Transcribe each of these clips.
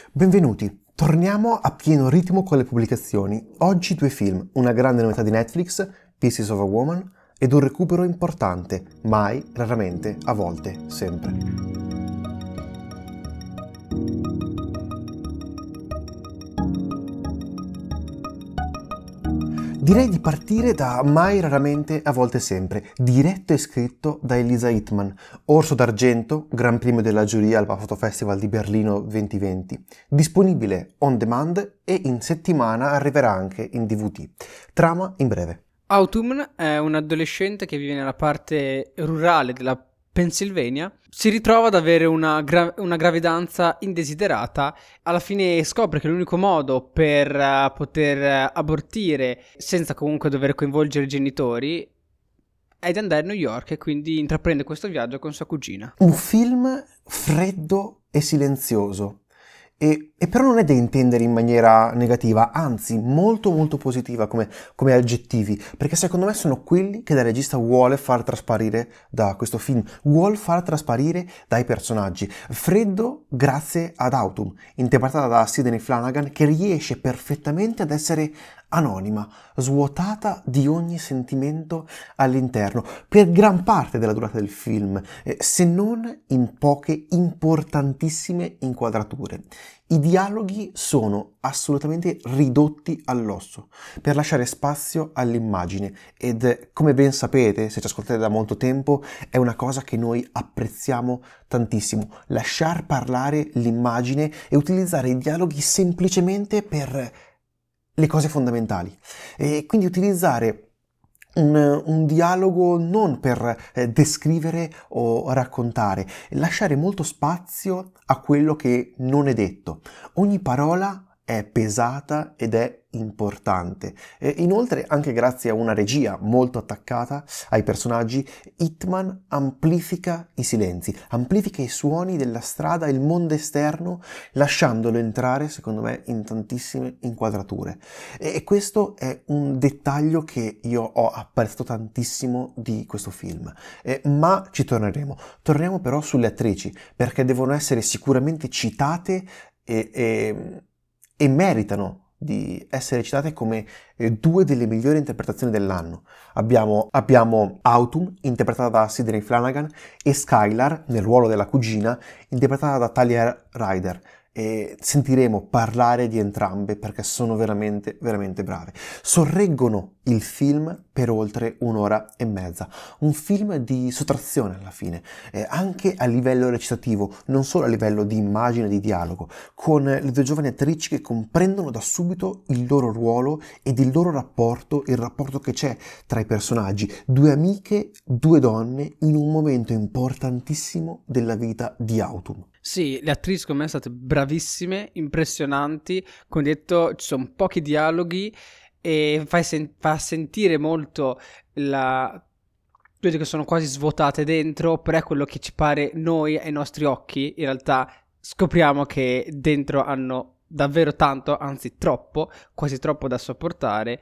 Benvenuti, torniamo a pieno ritmo con le pubblicazioni. Oggi due film, una grande novità di Netflix, Pieces of a Woman, ed un recupero importante, mai, raramente, a volte, sempre. Direi di partire da Mai, raramente, a volte, sempre, diretto e scritto da Elisa Hittman, Orso d'Argento, Gran Premio della giuria al Foto Festival di Berlino 2020, disponibile on demand e in settimana arriverà anche in DVD. Trama in breve. Autumn è un adolescente che vive nella parte rurale della Pennsylvania, si ritrova ad avere una gravidanza indesiderata. Alla fine scopre che l'unico modo per poter abortire senza comunque dover coinvolgere i genitori è di andare a New York, e quindi intraprende questo viaggio con sua cugina. Un film freddo e silenzioso. E però non è da intendere in maniera negativa, anzi molto molto positiva come aggettivi, perché secondo me sono quelli che il regista vuole far trasparire da questo film, vuole far trasparire dai personaggi. Freddo grazie ad Autumn, interpretata da Sydney Flanagan, che riesce perfettamente ad essere anonima, svuotata di ogni sentimento all'interno, per gran parte della durata del film, se non in poche importantissime inquadrature. I dialoghi sono assolutamente ridotti all'osso per lasciare spazio all'immagine ed, come ben sapete, se ci ascoltate da molto tempo, è una cosa che noi apprezziamo tantissimo, lasciar parlare l'immagine e utilizzare i dialoghi semplicemente per le cose fondamentali, e quindi utilizzare un dialogo non per descrivere o raccontare, lasciare molto spazio a quello che non è detto. Ogni parola è pesata ed è importante. E inoltre, anche grazie a una regia molto attaccata ai personaggi, Hittman amplifica i silenzi, amplifica i suoni della strada, il mondo esterno, lasciandolo entrare, secondo me, in tantissime inquadrature. E questo è un dettaglio che io ho apprezzato tantissimo di questo film. Ma ci torneremo. Torniamo però sulle attrici, perché devono essere sicuramente citate e meritano di essere citate come due delle migliori interpretazioni dell'anno. Abbiamo Autumn, interpretata da Sydney Flanagan, e Skylar, nel ruolo della cugina, interpretata da Talia Ryder. E sentiremo parlare di entrambe perché sono veramente, veramente brave. Sorreggono il film per oltre un'ora e mezza. Un film di sottrazione alla fine, anche a livello recitativo, non solo a livello di immagine e di dialogo, con le due giovani attrici che comprendono da subito il loro ruolo ed il loro rapporto, il rapporto che c'è tra i personaggi. Due amiche, due donne, in un momento importantissimo della vita di Autumn. Sì, le attrici come me sono state bravissime, impressionanti. Come detto, ci sono pochi dialoghi e fa sentire molto vedo che sono quasi svuotate dentro, però è quello che ci pare noi ai nostri occhi. In realtà scopriamo che dentro hanno davvero tanto, anzi troppo, quasi troppo da sopportare,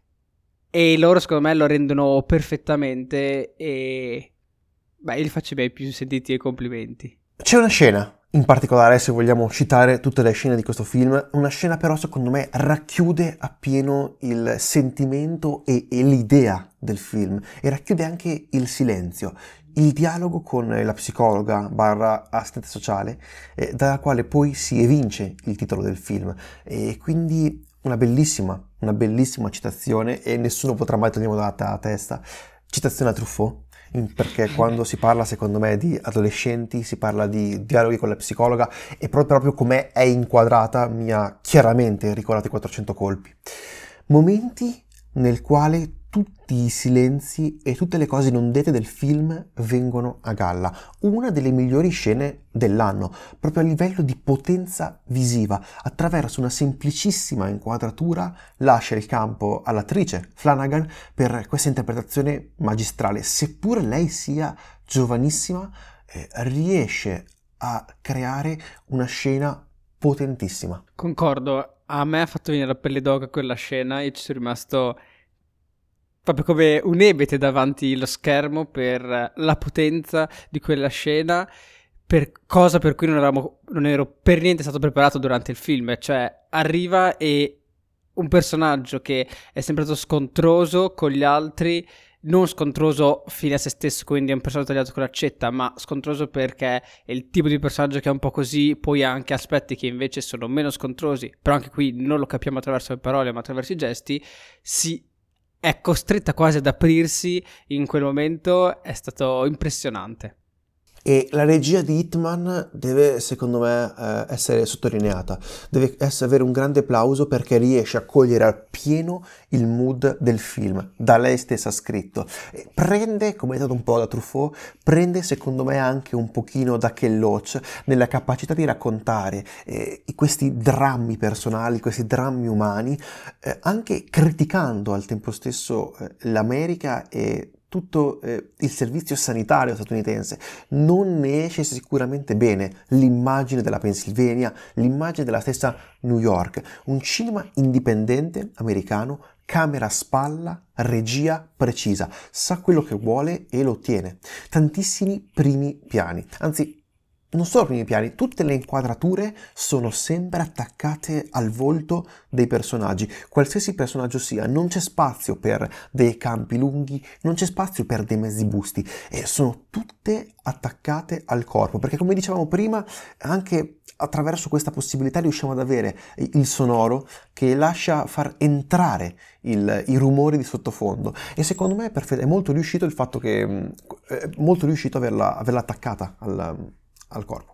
e loro secondo me lo rendono perfettamente. E beh, io li faccio i miei più sentiti complimenti. C'è una scena, in particolare, se vogliamo citare tutte le scene di questo film, una scena però secondo me racchiude appieno il sentimento e l'idea del film, e racchiude anche il silenzio, il dialogo con la psicologa barra assistente sociale, dalla quale poi si evince il titolo del film, e quindi una bellissima citazione, e nessuno potrà mai toglierlo dalla testa, citazione a Truffaut. Perché quando si parla, secondo me, di adolescenti, si parla di dialoghi con la psicologa, e proprio come è inquadrata mi ha chiaramente ricordato i 400 colpi. Momenti nel quale tutti i silenzi e tutte le cose non dette del film vengono a galla. Una delle migliori scene dell'anno, proprio a livello di potenza visiva, attraverso una semplicissima inquadratura lascia il campo all'attrice Flanagan per questa interpretazione magistrale. Seppur lei sia giovanissima, riesce a creare una scena potentissima. Concordo, a me ha fatto venire la pelle d'oca quella scena e ci sono rimasto proprio come un ebete davanti allo schermo per la potenza di quella scena, per cosa per cui non ero per niente stato preparato durante il film. Cioè, arriva e un personaggio che è sempre stato scontroso con gli altri, non scontroso fine a se stesso, quindi è un personaggio tagliato con l'accetta, ma scontroso perché è il tipo di personaggio che è un po' così. Poi ha anche aspetti che invece sono meno scontrosi, però anche qui non lo capiamo attraverso le parole, ma attraverso i gesti. Si è costretta quasi ad aprirsi in quel momento, è stato impressionante. E la regia di Hitman deve, secondo me, essere sottolineata, deve avere un grande applauso perché riesce a cogliere appieno il mood del film, da lei stessa scritto. E prende, come è stato un po' da Truffaut, prende secondo me anche un pochino da Ken Loach nella capacità di raccontare questi drammi personali, questi drammi umani, anche criticando al tempo stesso l'America e tutto il servizio sanitario statunitense. Non ne esce sicuramente bene l'immagine della Pennsylvania, l'immagine della stessa New York. Un cinema indipendente americano, camera a spalla, regia precisa, sa quello che vuole e lo ottiene. Tantissimi primi piani, anzi non solo primi piani, tutte le inquadrature sono sempre attaccate al volto dei personaggi, qualsiasi personaggio sia, non c'è spazio per dei campi lunghi, non c'è spazio per dei mezzi busti, e sono tutte attaccate al corpo, perché come dicevamo prima, anche attraverso questa possibilità riusciamo ad avere il sonoro che lascia far entrare i rumori di sottofondo, e secondo me è molto riuscito il fatto che è molto riuscito averla attaccata al corpo.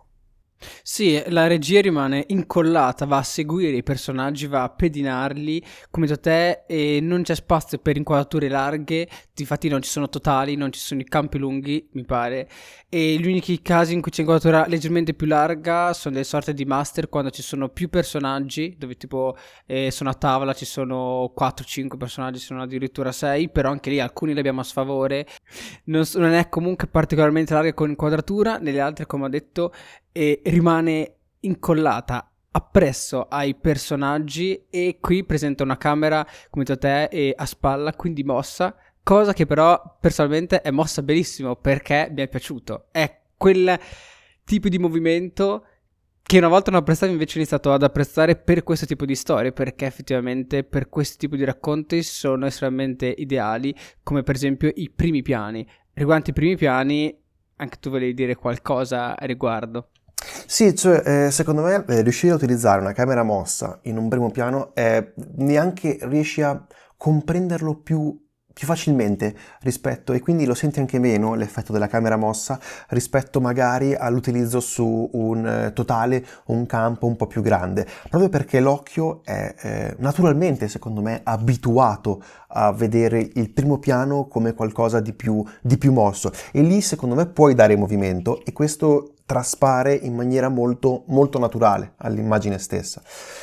Sì, la regia rimane incollata, va a seguire i personaggi, va a pedinarli, come detto te, e non c'è spazio per inquadrature larghe, infatti non ci sono totali, non ci sono i campi lunghi, mi pare, e gli unici casi in cui c'è inquadratura leggermente più larga sono delle sorte di master, quando ci sono più personaggi, dove tipo sono a tavola, ci sono 4-5 personaggi, sono addirittura 6, però anche lì alcuni li abbiamo a sfavore, non è comunque particolarmente larga con inquadratura, nelle altre, come ho detto, e rimane incollata appresso ai personaggi, e qui presenta una camera, come detto te, e a spalla, quindi mossa, cosa che però personalmente è mossa benissimo perché mi è piaciuto. È quel tipo di movimento che una volta non apprezzavi, invece ho iniziato ad apprezzare per questo tipo di storie, perché effettivamente per questo tipo di racconti sono estremamente ideali, come per esempio i primi piani. Riguardo i primi piani, anche tu volevi dire qualcosa a riguardo? Sì, cioè, secondo me riuscire a utilizzare una camera mossa in un primo piano neanche riesci a comprenderlo più facilmente rispetto, e quindi lo senti anche meno l'effetto della camera mossa rispetto magari all'utilizzo su un totale o un campo un po' più grande, proprio perché l'occhio è naturalmente, secondo me, abituato a vedere il primo piano come qualcosa di più mosso, e lì secondo me puoi dare movimento e questo traspare in maniera molto, molto naturale all'immagine stessa,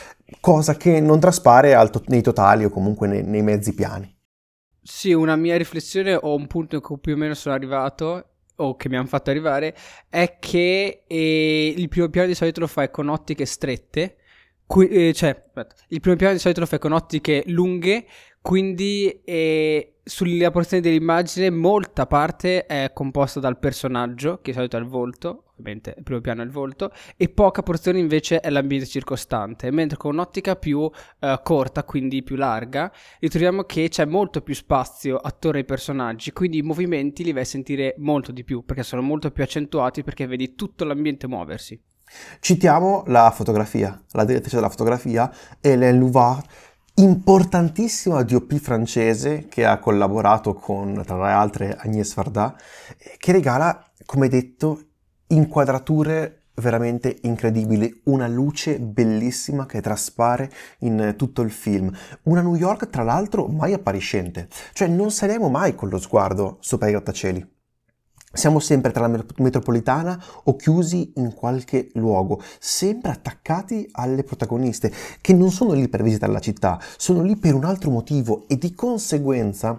cosa che non traspare nei totali o comunque nei mezzi piani. Sì, una mia riflessione o un punto in cui più o meno sono arrivato, o che mi hanno fatto arrivare, è che il primo piano di solito lo fai con ottiche strette, aspetta, il primo piano di solito lo fai con ottiche lunghe, quindi sulla porzione dell'immagine molta parte è composta dal personaggio, che di solito è il volto, ovviamente il primo piano è il volto, e poca porzione invece è l'ambiente circostante, mentre con un'ottica più corta, quindi più larga, ritroviamo che c'è molto più spazio attorno ai personaggi, quindi i movimenti li vai a sentire molto di più, perché sono molto più accentuati, perché vedi tutto l'ambiente muoversi. Citiamo la fotografia, la direttrice della fotografia, Hélène Louvard, importantissima DOP francese che ha collaborato con, tra le altre, Agnès Varda, che regala, come detto, inquadrature veramente incredibili, una luce bellissima che traspare in tutto il film, una New York tra l'altro mai appariscente, cioè non saremo mai con lo sguardo sopra i grattacieli. Siamo sempre tra la metropolitana o chiusi in qualche luogo, sempre attaccati alle protagoniste, che non sono lì per visitare la città, sono lì per un altro motivo, e di conseguenza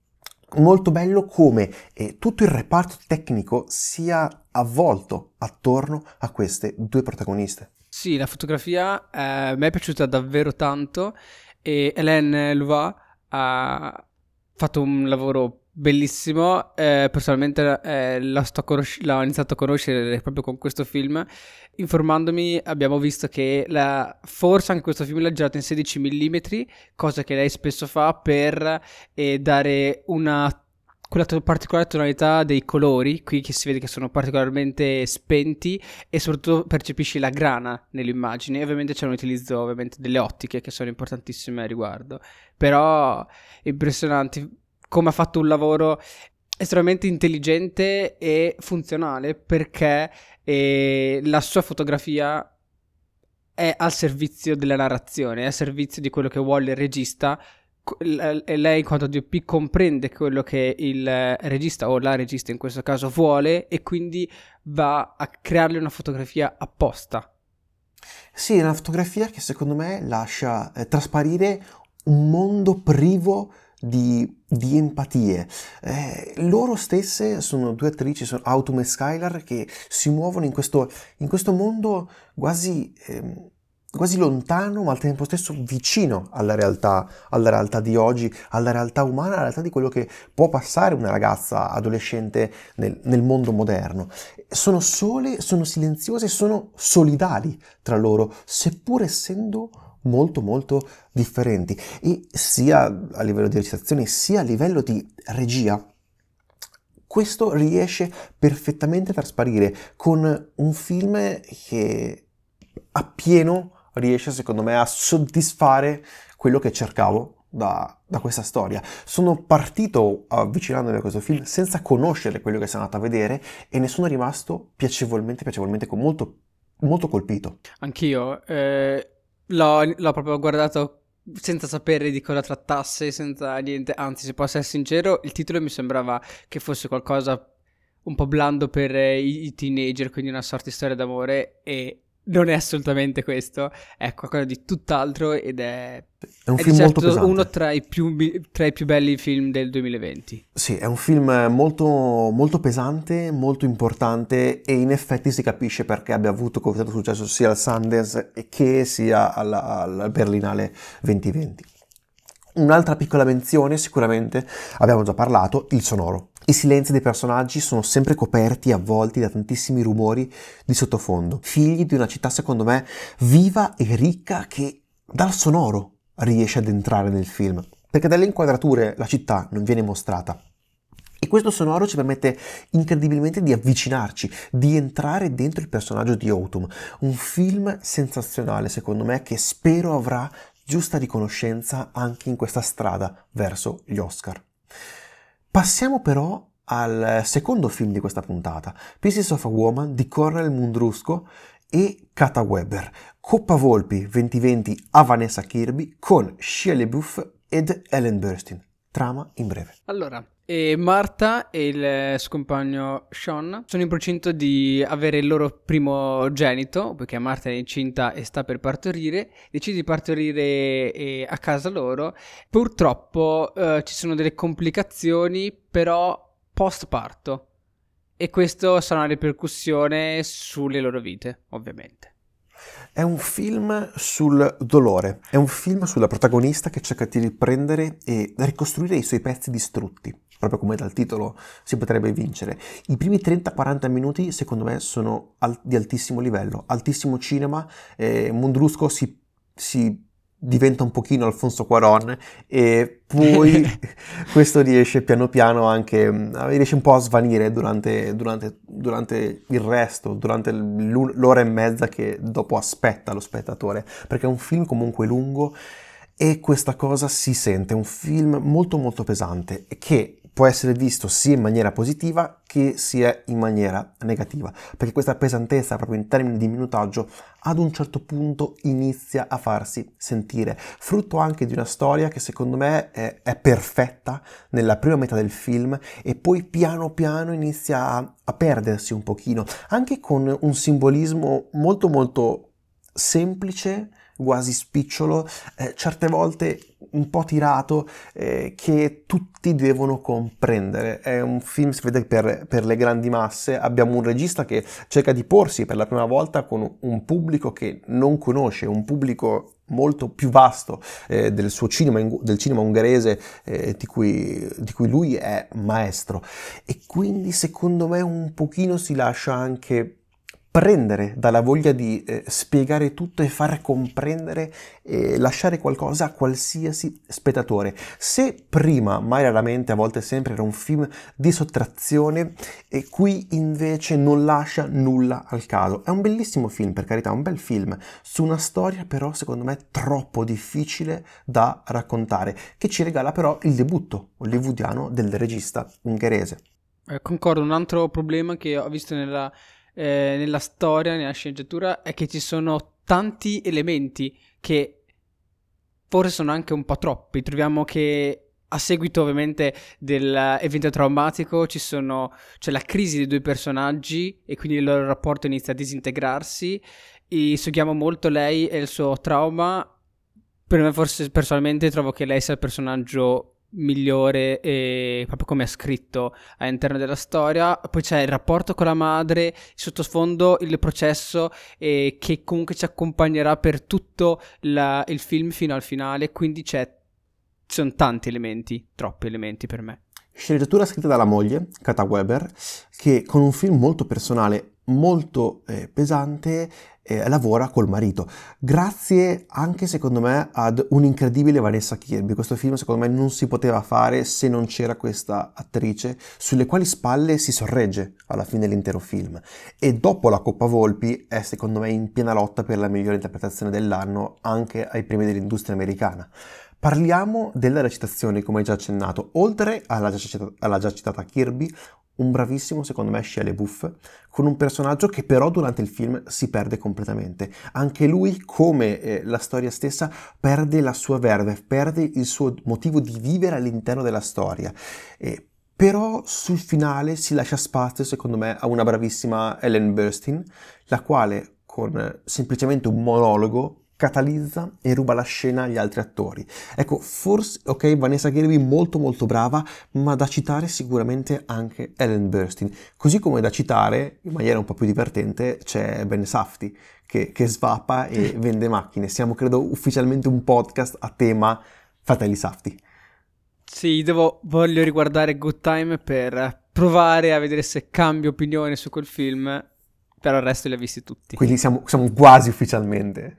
molto bello come tutto il reparto tecnico sia avvolto attorno a queste due protagoniste. Sì, la fotografia mi è piaciuta davvero tanto, e Hélène Louvat ha fatto un lavoro bellissimo. Personalmente l'ho iniziato a conoscere proprio con questo film. Informandomi abbiamo visto che forse anche questo film l'ha girato in 16 mm, cosa che lei spesso fa per dare quella particolare tonalità dei colori, qui che si vede che sono particolarmente spenti e soprattutto percepisci la grana nelle immagini. E ovviamente c'è un utilizzo ovviamente delle ottiche che sono importantissime a riguardo. Però impressionanti come ha fatto un lavoro estremamente intelligente e funzionale, perché la sua fotografia è al servizio della narrazione, è al servizio di quello che vuole il regista. E lei in quanto DOP comprende quello che il regista o la regista in questo caso vuole, e quindi va a crearle una fotografia apposta. Sì, è una fotografia che secondo me lascia trasparire un mondo privo di empatie. Loro stesse sono due attrici, sono Autumn e Skylar, che si muovono in questo mondo quasi lontano, ma al tempo stesso vicino alla realtà di oggi, alla realtà umana, alla realtà di quello che può passare una ragazza adolescente nel mondo moderno. Sono sole, sono silenziose, sono solidali tra loro, seppur essendo molto molto differenti, e sia a livello di recitazione sia a livello di regia questo riesce perfettamente a trasparire con un film che appieno riesce secondo me a soddisfare quello che cercavo da questa storia. Sono partito avvicinandomi a questo film senza conoscere quello che sono andato a vedere e ne sono rimasto piacevolmente molto, molto colpito. Anch'io l'ho proprio guardato senza sapere di cosa trattasse, senza niente. Anzi, se posso essere sincero, il titolo mi sembrava che fosse qualcosa un po' blando per i teenager, quindi una sorta di storia d'amore, e non è assolutamente questo. È qualcosa di tutt'altro ed È un è di film molto certo pesante. uno tra i più belli film del 2020. Sì, è un film molto, molto pesante, molto importante, e in effetti si capisce perché abbia avuto così tanto successo sia al Sundance che sia alla Berlinale 2020. Un'altra piccola menzione, sicuramente abbiamo già parlato, il sonoro. I silenzi dei personaggi sono sempre coperti e avvolti da tantissimi rumori di sottofondo, figli di una città secondo me viva e ricca, che dal sonoro riesce ad entrare nel film, perché dalle inquadrature la città non viene mostrata. E questo sonoro ci permette incredibilmente di avvicinarci, di entrare dentro il personaggio di Autumn. Un film sensazionale, secondo me, che spero avrà giusta riconoscenza anche in questa strada verso gli Oscar. Passiamo però al secondo film di questa puntata, Pieces of a Woman di Cornel Mundrusco e Kata Weber, Coppa Volpi 2020 a Vanessa Kirby con Shia LaBeouf ed Ellen Burstyn. Trama in breve. Allora, Marta e il suo compagno Sean sono in procinto di avere il loro primogenito, perché Marta è incinta e sta per partorire. Decide di partorire a casa loro. Purtroppo ci sono delle complicazioni, però post parto, e questo sarà una ripercussione sulle loro vite, ovviamente. È un film sul dolore, è un film sulla protagonista che cerca di riprendere e ricostruire i suoi pezzi distrutti, proprio come dal titolo si potrebbe vincere. I primi 30-40 minuti secondo me sono di altissimo livello, altissimo cinema. Mundrusco si diventa un pochino Alfonso Cuarón, e poi questo riesce piano piano anche, riesce un po' a svanire durante il resto, durante l'ora e mezza che dopo aspetta lo spettatore, perché è un film comunque lungo e questa cosa si sente. È un film molto molto pesante che può essere visto sia in maniera positiva che sia in maniera negativa, perché questa pesantezza proprio in termini di minutaggio ad un certo punto inizia a farsi sentire, frutto anche di una storia che secondo me è perfetta nella prima metà del film e poi piano piano inizia a perdersi un pochino, anche con un simbolismo molto molto semplice, quasi spicciolo, certe volte un po' tirato, che tutti devono comprendere. È un film, si vede, per le grandi masse. Abbiamo un regista che cerca di porsi per la prima volta con un pubblico che non conosce, un pubblico molto più vasto del suo cinema, del cinema ungherese, di cui lui è maestro, e quindi secondo me un pochino si lascia anche prendere dalla voglia di spiegare tutto e far comprendere e lasciare qualcosa a qualsiasi spettatore. Se prima, mai raramente, a volte sempre, era un film di sottrazione, e qui invece non lascia nulla al caso. È un bellissimo film, per carità, un bel film, su una storia però secondo me troppo difficile da raccontare, che ci regala però il debutto hollywoodiano del regista ungherese. Concordo, un altro problema che ho visto nella storia, nella sceneggiatura, è che ci sono tanti elementi che forse sono anche un po' troppi. Troviamo che a seguito ovviamente dell'evento traumatico c'è la crisi dei due personaggi e quindi il loro rapporto inizia a disintegrarsi, e seguiamo molto lei e il suo trauma. Per me forse personalmente trovo che lei sia il personaggio migliore, e proprio come è scritto all'interno della storia. Poi c'è il rapporto con la madre, il sottofondo, il processo, che comunque ci accompagnerà per tutto il film fino al finale, quindi ci sono tanti elementi, troppi elementi per me. Sceneggiatura scritta dalla moglie, Kata Weber, che con un film molto personale, molto pesante, lavora col marito. Grazie anche, secondo me, ad un'incredibile Vanessa Kirby. Questo film, secondo me, non si poteva fare se non c'era questa attrice, sulle quali spalle si sorregge alla fine dell'intero film. E dopo la Coppa Volpi è, secondo me, in piena lotta per la migliore interpretazione dell'anno, anche ai premi dell'industria americana. Parliamo della recitazione, come già accennato. Oltre alla già citata Kirby, un bravissimo, secondo me, Shia LaBeouf, con un personaggio che però durante il film si perde completamente. Anche lui, come la storia stessa, perde la sua verve, perde il suo motivo di vivere all'interno della storia. Però sul finale si lascia spazio, secondo me, a una bravissima Ellen Burstyn, la quale, con semplicemente un monologo, catalizza e ruba la scena agli altri attori. Ecco, forse, ok, Vanessa Kirby molto molto brava, ma da citare sicuramente anche Ellen Burstyn. Così come da citare, in maniera un po' più divertente, c'è Ben Safdie, che svappa e vende macchine. Siamo, credo, ufficialmente un podcast a tema Fratelli Safdie. Sì, voglio riguardare Good Time per provare a vedere se cambio opinione su quel film. Però il resto li ha visti tutti. Quindi siamo quasi ufficialmente,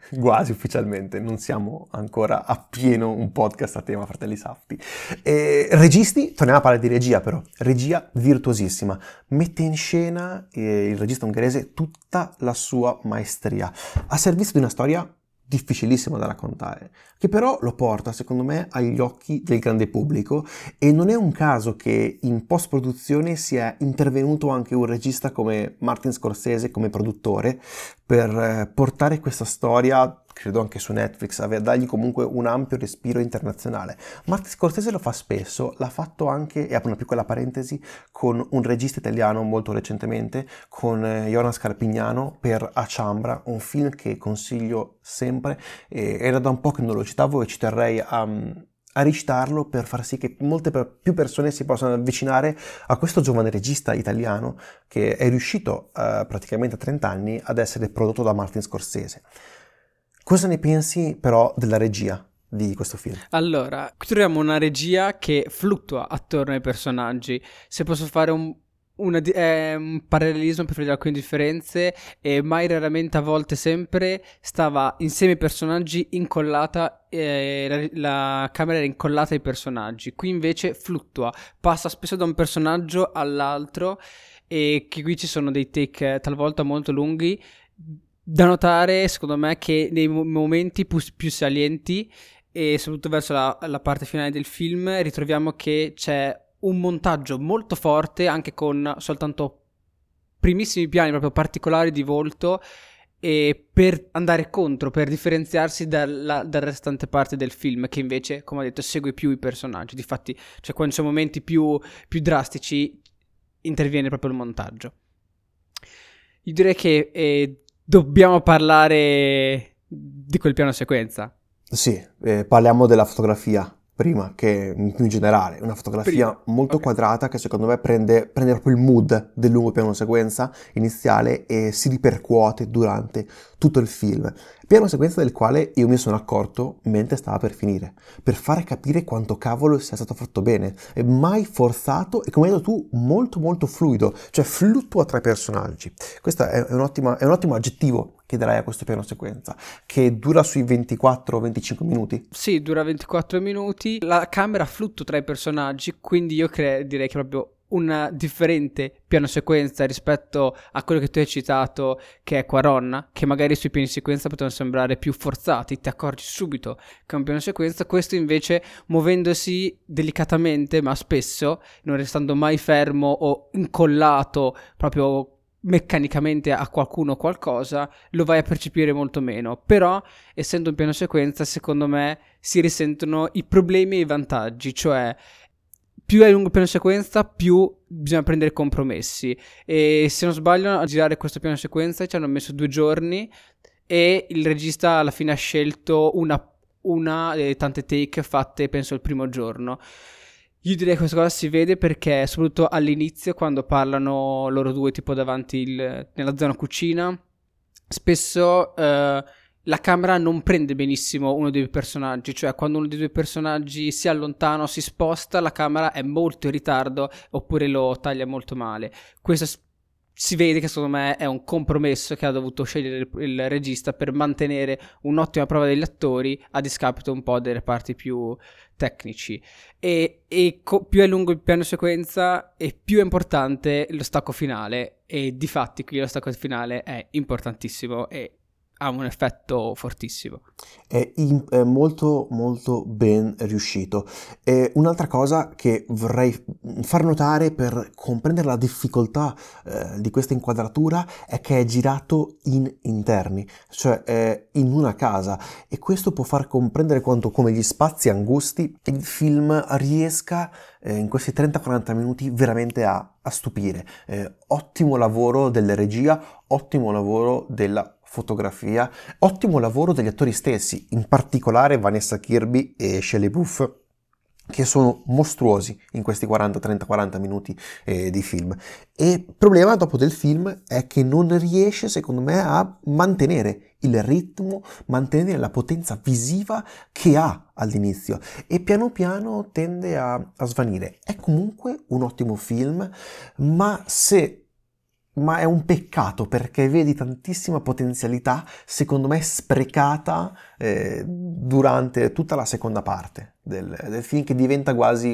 non siamo ancora appieno un podcast a tema Fratelli Safdie. Registi, torniamo a parlare di regia però, regia virtuosissima, mette in scena il regista ungherese tutta la sua maestria, a servizio di una storia difficilissimo da raccontare, che però lo porta, secondo me, agli occhi del grande pubblico, e non è un caso che in post-produzione sia intervenuto anche un regista come Martin Scorsese come produttore per portare questa storia, credo anche su Netflix, dargli comunque un ampio respiro internazionale. Martin Scorsese lo fa spesso, l'ha fatto anche, e apro una piccola parentesi, con un regista italiano molto recentemente, con Jonas Carpignano, per A Ciambra, un film che consiglio sempre. Era da un po' che non lo citavo e ci terrei a ricitarlo per far sì che molte più persone si possano avvicinare a questo giovane regista italiano che è riuscito praticamente a 30 anni ad essere prodotto da Martin Scorsese. Cosa ne pensi però della regia di questo film? Allora, qui troviamo una regia che fluttua attorno ai personaggi. Se posso fare un parallelismo per vedere alcune differenze, e mai raramente, a volte sempre, stava insieme ai personaggi incollata, la camera era incollata ai personaggi. Qui invece fluttua, passa spesso da un personaggio all'altro, e che qui ci sono dei take talvolta molto lunghi. Da notare, secondo me, che nei momenti più salienti, e soprattutto verso la parte finale del film, ritroviamo che c'è un montaggio molto forte, anche con soltanto primissimi piani proprio particolari di volto, e per andare contro, per differenziarsi dalla restante parte del film, che invece, come ho detto, segue più i personaggi. Difatti, cioè, quando c'è momenti più drastici, interviene proprio il montaggio. Io direi che dobbiamo parlare di quel piano sequenza. Sì, parliamo della fotografia prima, che in generale, una fotografia Prima, molto ok. quadrata che secondo me prende proprio il mood del lungo piano sequenza iniziale e si ripercuote durante tutto il film. Piano sequenza del quale io mi sono accorto mentre stava per finire, per fare capire quanto cavolo sia stato fatto bene. È mai forzato e, come hai detto tu, molto molto fluido, cioè fluttua tra i personaggi. Questo è un ottimo aggettivo che darei a questo piano sequenza, che dura sui 24-25 minuti. Sì, dura 24 minuti, la camera fluttua tra i personaggi, quindi io direi che è proprio una differente piano sequenza rispetto a quello che tu hai citato, che è Quaron, che magari sui piani sequenza potevano sembrare più forzati, ti accorgi subito che è un piano sequenza. Questo invece, muovendosi delicatamente ma spesso, non restando mai fermo o incollato proprio meccanicamente a qualcuno o qualcosa, lo vai a percepire molto meno. Però, essendo un piano sequenza, secondo me si risentono i problemi e i vantaggi, cioè più è lungo il piano sequenza, più bisogna prendere compromessi. E se non sbaglio, a girare questo piano sequenza ci hanno messo 2 giorni e il regista alla fine ha scelto una delle tante take fatte, penso, il primo giorno. Io direi che questa cosa si vede perché, soprattutto all'inizio, quando parlano loro due, tipo davanti nella zona cucina, spesso la camera non prende benissimo uno dei due personaggi, cioè quando uno dei due personaggi si allontana o si sposta, la camera è molto in ritardo oppure lo taglia molto male. Questo si vede che secondo me è un compromesso che ha dovuto scegliere il regista per mantenere un'ottima prova degli attori a discapito un po' delle parti più tecnici. Più è lungo il piano sequenza e più è importante lo stacco finale, e difatti qui lo stacco finale è importantissimo e ha un effetto fortissimo. È molto molto ben riuscito. E un'altra cosa che vorrei far notare per comprendere la difficoltà di questa inquadratura è che è girato in interni, cioè in una casa, e questo può far comprendere quanto, come gli spazi angusti, il film riesca in questi 30-40 minuti veramente a stupire. Ottimo lavoro della regia, ottimo lavoro della fotografia, ottimo lavoro degli attori stessi, in particolare Vanessa Kirby e Shelley Buff, che sono mostruosi in questi 40-30-40 minuti di film. E il problema dopo del film è che non riesce, secondo me, a mantenere il ritmo, mantenere la potenza visiva che ha all'inizio, e piano piano tende a svanire. È comunque un ottimo film, ma è un peccato perché vedi tantissima potenzialità, secondo me, sprecata durante tutta la seconda parte del film, che diventa quasi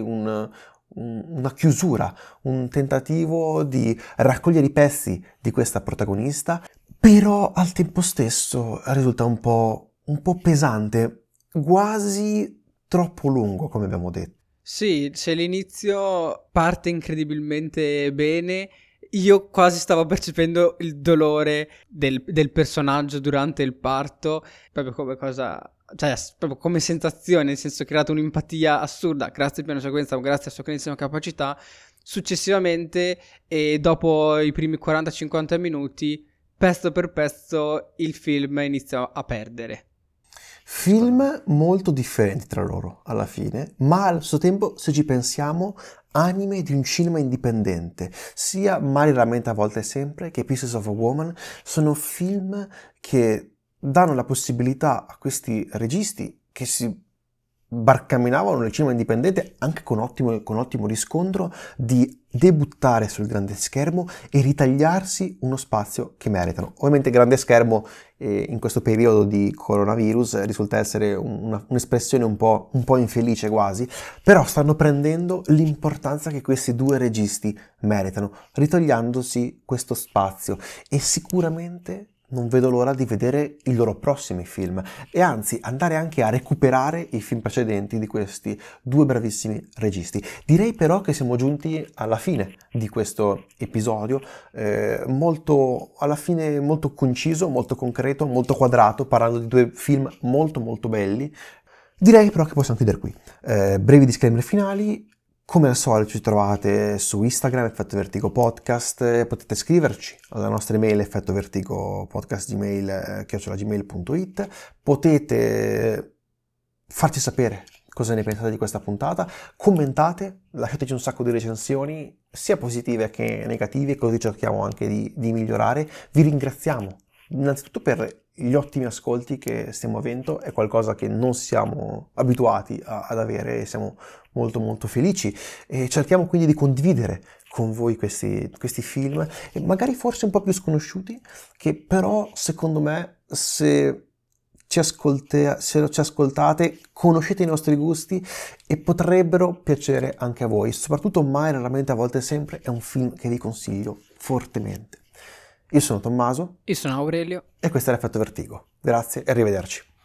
una chiusura, un tentativo di raccogliere i pezzi di questa protagonista, però al tempo stesso risulta un po' pesante, quasi troppo lungo, come abbiamo detto. Sì, se l'inizio parte incredibilmente bene, io quasi stavo percependo il dolore del personaggio durante il parto, proprio come cosa, cioè proprio come sensazione, nel senso che ha creato un'empatia assurda, grazie al piano sequenza, grazie alla sua grandissima capacità. Successivamente, e dopo i primi 40-50 minuti, pezzo per pezzo, il film inizia a perdere. Secondo me. Film molto differenti tra loro alla fine, ma allo stesso tempo, se ci pensiamo, anime di un cinema indipendente, sia Mari lamenta a volte e sempre che Pieces of a Woman, sono film che danno la possibilità a questi registi che si barcamminavano nel cinema indipendente anche con ottimo riscontro, di debuttare sul grande schermo e ritagliarsi uno spazio che meritano. Ovviamente grande schermo in questo periodo di coronavirus risulta essere un'espressione un po' infelice quasi, però stanno prendendo l'importanza che questi due registi meritano, ritagliandosi questo spazio, e sicuramente non vedo l'ora di vedere i loro prossimi film e anzi andare anche a recuperare i film precedenti di questi due bravissimi registi. Direi però che siamo giunti alla fine di questo episodio, alla fine molto conciso, molto concreto, molto quadrato, parlando di due film molto molto belli. Direi però che possiamo chiudere qui. Brevi disclaimer finali. Come al solito ci trovate su Instagram, Effetto Vertigo Podcast, potete scriverci alla nostra email effettovertigopodcastgmail@gmail.it, potete farci sapere cosa ne pensate di questa puntata, commentate, lasciateci un sacco di recensioni, sia positive che negative, così cerchiamo anche di migliorare. Vi ringraziamo innanzitutto per gli ottimi ascolti che stiamo avendo, è qualcosa che non siamo abituati ad avere e siamo molto molto felici, e cerchiamo quindi di condividere con voi questi film, e magari forse un po' più sconosciuti, che però secondo me se ci ascoltate, conoscete i nostri gusti e potrebbero piacere anche a voi. Soprattutto Mai, raramente, a volte sempre è un film che vi consiglio fortemente. Io sono Tommaso Io sono Aurelio. e questo è l'Effetto Vertigo. Grazie e arrivederci.